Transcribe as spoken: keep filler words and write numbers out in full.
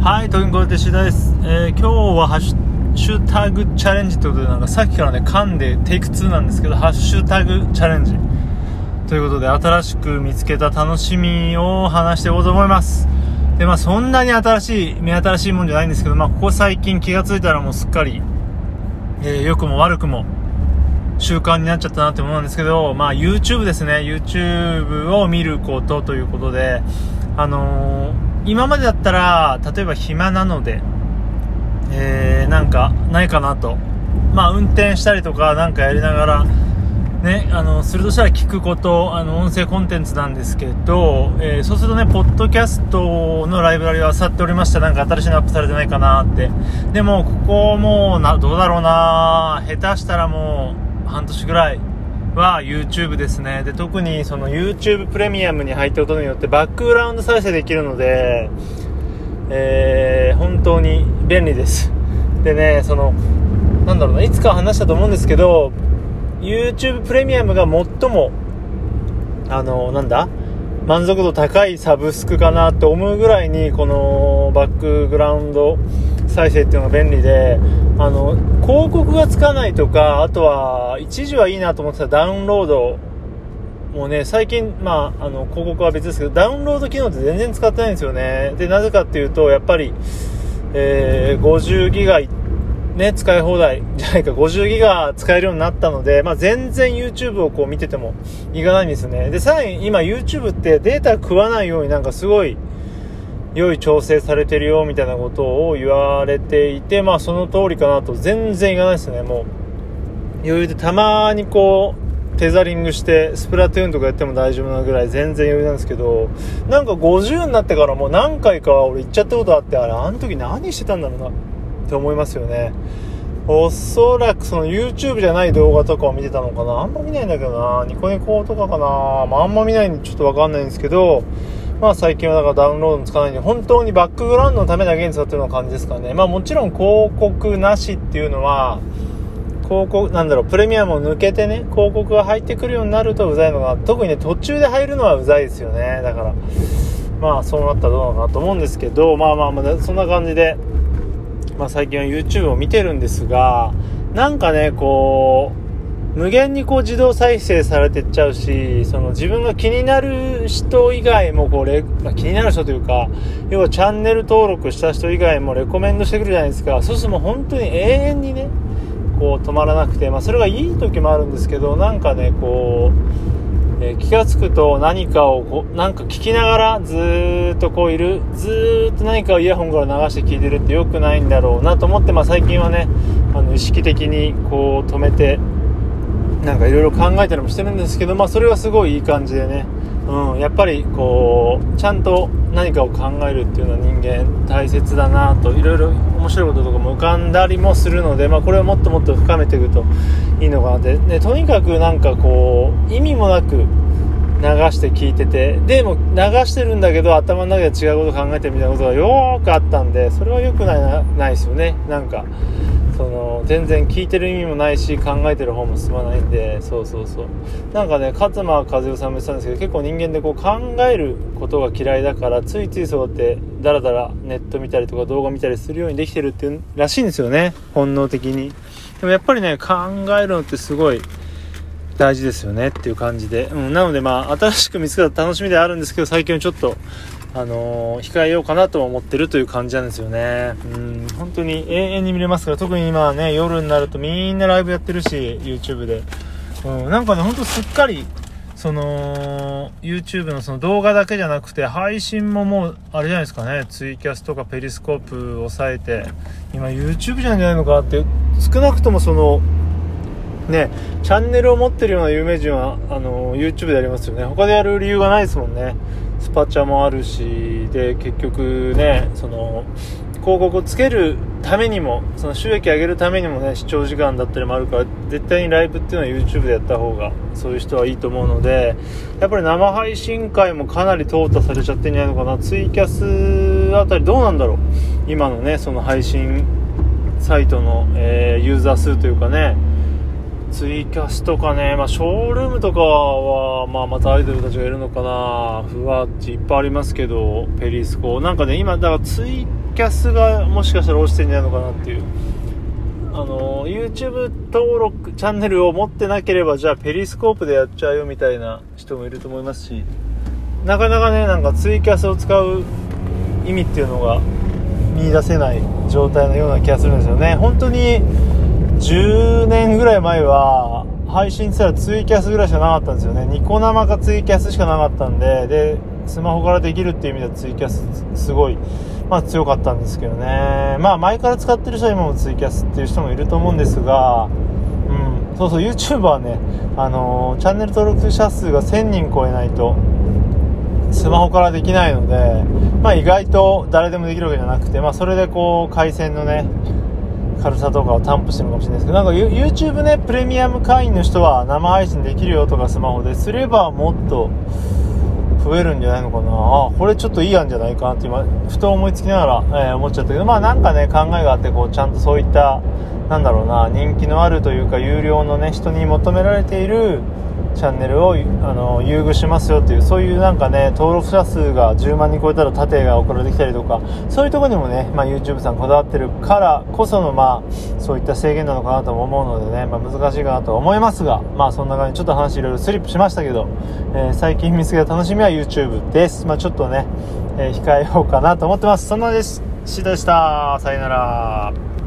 はい、トキンコテシです、えー、今日はハッシュタグチャレンジということで、なんかさっきからね噛んでテイクツーなんですけど、ハッシュタグチャレンジということで、新しく見つけた楽しみを話していこうと思います。で、まあそんなに新しい目新しいもんじゃないんですけど、まあここ最近気がついたらもうすっかり、えー、良くも悪くも習慣になっちゃったなってものなんですけど、まあ YouTube ですね。 YouTube を見ることということで、あのー今までだったら例えば暇なので、えー、なんかないかなと、まあ運転したりとかなんかやりながらね、あのするとしたら聞くこと、あの音声コンテンツなんですけど、えー、そうするとね、ポッドキャストのライブラリを漁っておりました。なんか新しいのアップされてないかなって。でもここもうなどうだろうな、下手したらもう半年ぐらいは YouTube ですね。で、特にその YouTube プレミアムに入ったことによってバックグラウンド再生できるので、えー、本当に便利です。でね、そのなんだろうな、いつか話したと思うんですけど、 YouTube プレミアムが最もあのなんだ満足度高いサブスクかなと思うぐらいに、このバックグラウンド再生っていうのが便利で、あの広告がつかないとか、あとは一時はいいなと思ってたダウンロードもうね、最近まああの広告は別ですけど、ダウンロード機能って全然使ってないんですよね。で、なぜかっていうと、やっぱり、えー、ごじゅうギガね、使い放題じゃないか、ごじゅうギガ使えるようになったので、まあ、全然 YouTube をこう見ててもいかないんですね。で、さらに今 YouTube ってデータ食わないようになんかすごい良い調整されてるよみたいなことを言われていて、まあその通りかなと。全然いかないですね。もう余裕でたまにこうテザリングしてスプラトゥーンとかやっても大丈夫なぐらい全然余裕なんですけど、なんかごじゅうになってからもう何回か俺行っちゃったことあって、あれあの時何してたんだろうなって思いますよね。おそらくその YouTube じゃない動画とかを見てたのかな。あんま見ないんだけどな、ニコニコとかかな、まあ、あんま見ないんでちょっとわかんないんですけど、まあ最近はだからダウンロードにつかないんで、本当にバックグラウンドのためだけに使ってるような感じですかね。まあもちろん広告なしっていうのは、広告なんだろう、プレミアムを抜けてね、広告が入ってくるようになるとうざいのが、特にね途中で入るのはうざいですよね。だからまあそうなったらどうなのかなと思うんですけど、まあまあまあそんな感じで、まあ、最近は YouTube を見てるんですが、なんかねこう無限にこう自動再生されてっちゃうし、その自分が気になる人以外もこうレ、まあ、気になる人というか、要はチャンネル登録した人以外もレコメンドしてくるじゃないですか。そうするともう本当に永遠にねこう止まらなくて、まあ、それがいい時もあるんですけど、なんかねこう、えー、気がつくと何かをこうなんか聞きながらずーっとこういる、ずーっと何かをイヤホンから流して聞いてるって良くないんだろうなと思って、まあ、最近はねあの意識的にこう止めてなんかいろいろ考えたりもしてるんですけど、まあそれはすごいいい感じでね、うん、やっぱりこうちゃんと何かを考えるっていうのは人間大切だなと、いろいろ面白いこととかも浮かんだりもするので、まあこれをもっともっと深めていくといいのかなって、ね、とにかくなんかこう意味もなく流して聞いてて、でも流してるんだけど頭の中で違うこと考えてるみたいなことがよーくあったんで、それは良くないな、ないですよね。なんかその全然聞いてる意味もないし、考えてる方も進まないんで、そうそうそう、なんかね勝間和代さんも言ってたんですけど、結構人間でこう考えることが嫌いだから、ついついそうやってダラダラネット見たりとか動画見たりするようにできてるっていうらしいんですよね、本能的に。でもやっぱりね考えるのってすごい大事ですよねっていう感じで、うん、なのでまあ新しく見つけた楽しみではあるんですけど、最近はちょっとあのー、控えようかなと思ってるという感じなんですよね。うん、本当に永遠に見れますから、特に今はね夜になるとみんなライブやってるし YouTube で、うん、なんかね本当すっかりその YouTube のその動画だけじゃなくて配信ももうあれじゃないですかね、ツイキャスとかペリスコープを抑えて今 YouTube じゃないのかって、少なくともそのねチャンネルを持ってるような有名人はあの YouTube でやりますよね。他でやる理由がないですもんね。スパチャもあるし、で結局ねその広告をつけるためにも、その収益上げるためにもね視聴時間だったりもあるから、絶対にライブっていうのは YouTube でやった方がそういう人はいいと思うので、やっぱり生配信会もかなり淘汰されちゃってんじゃないのかな。ツイキャスあたりどうなんだろう、今のねその配信サイトの、えー、ユーザー数というかね、 ツイキャスとかね、まあ、ショールームとかは、まあ、またアイドルたちがいるのかな、ふわっちいっぱいありますけど、ペリスコなんかね、今だからツイキャスがもしかしたら落ちてんじゃないのかなっていう、あの YouTube 登録チャンネルを持ってなければじゃあペリスコープでやっちゃうよみたいな人もいると思いますし、なかなかね、なんかツイキャスを使う意味っていうのが見出せない状態のような気がするんですよね。本当にじゅうねんぐらい前は配信って言ったらツイキャスぐらいしかなかったんですよね。ニコ生かツイキャスしかなかったんで、でスマホからできるっていう意味ではツイキャスすごい、まあ、強かったんですけどね。まあ前から使ってる人は今もツイキャスっていう人もいると思うんですが、うん、そうそう YouTuber はね、あのー、チャンネル登録者数がせんにん超えないとスマホからできないので、まあ、意外と誰でもできるわけじゃなくて、まあ、それでこう回線のね軽さとかを担保してるのかもしれないですけど、なんか YouTube ねプレミアム会員の人は生配信できるよとかスマホですればもっと増えるんじゃないのかな。あ、これちょっといい案じゃないかなって今ふと思いつきながら、えー、思っちゃったけど、まあなんかね考えがあって、こうちゃんとそういったなんだろうな、人気のあるというか有料のね人に求められているチャンネルをあの優遇しますよという、そういうなんかね登録者数がじゅうまんにん超えたら盾が送られてきたりとか、そういうところにもね、まあ、YouTube さんこだわってるからこその、まあそういった制限なのかなとも思うのでね、まあ、難しいかなと思いますが、まあそんな感じでちょっと話いろいろスリップしましたけど、えー、最近見つけた楽しみは YouTube です。まあちょっとね、えー、控えようかなと思ってます。そんなですしでした。さよなら。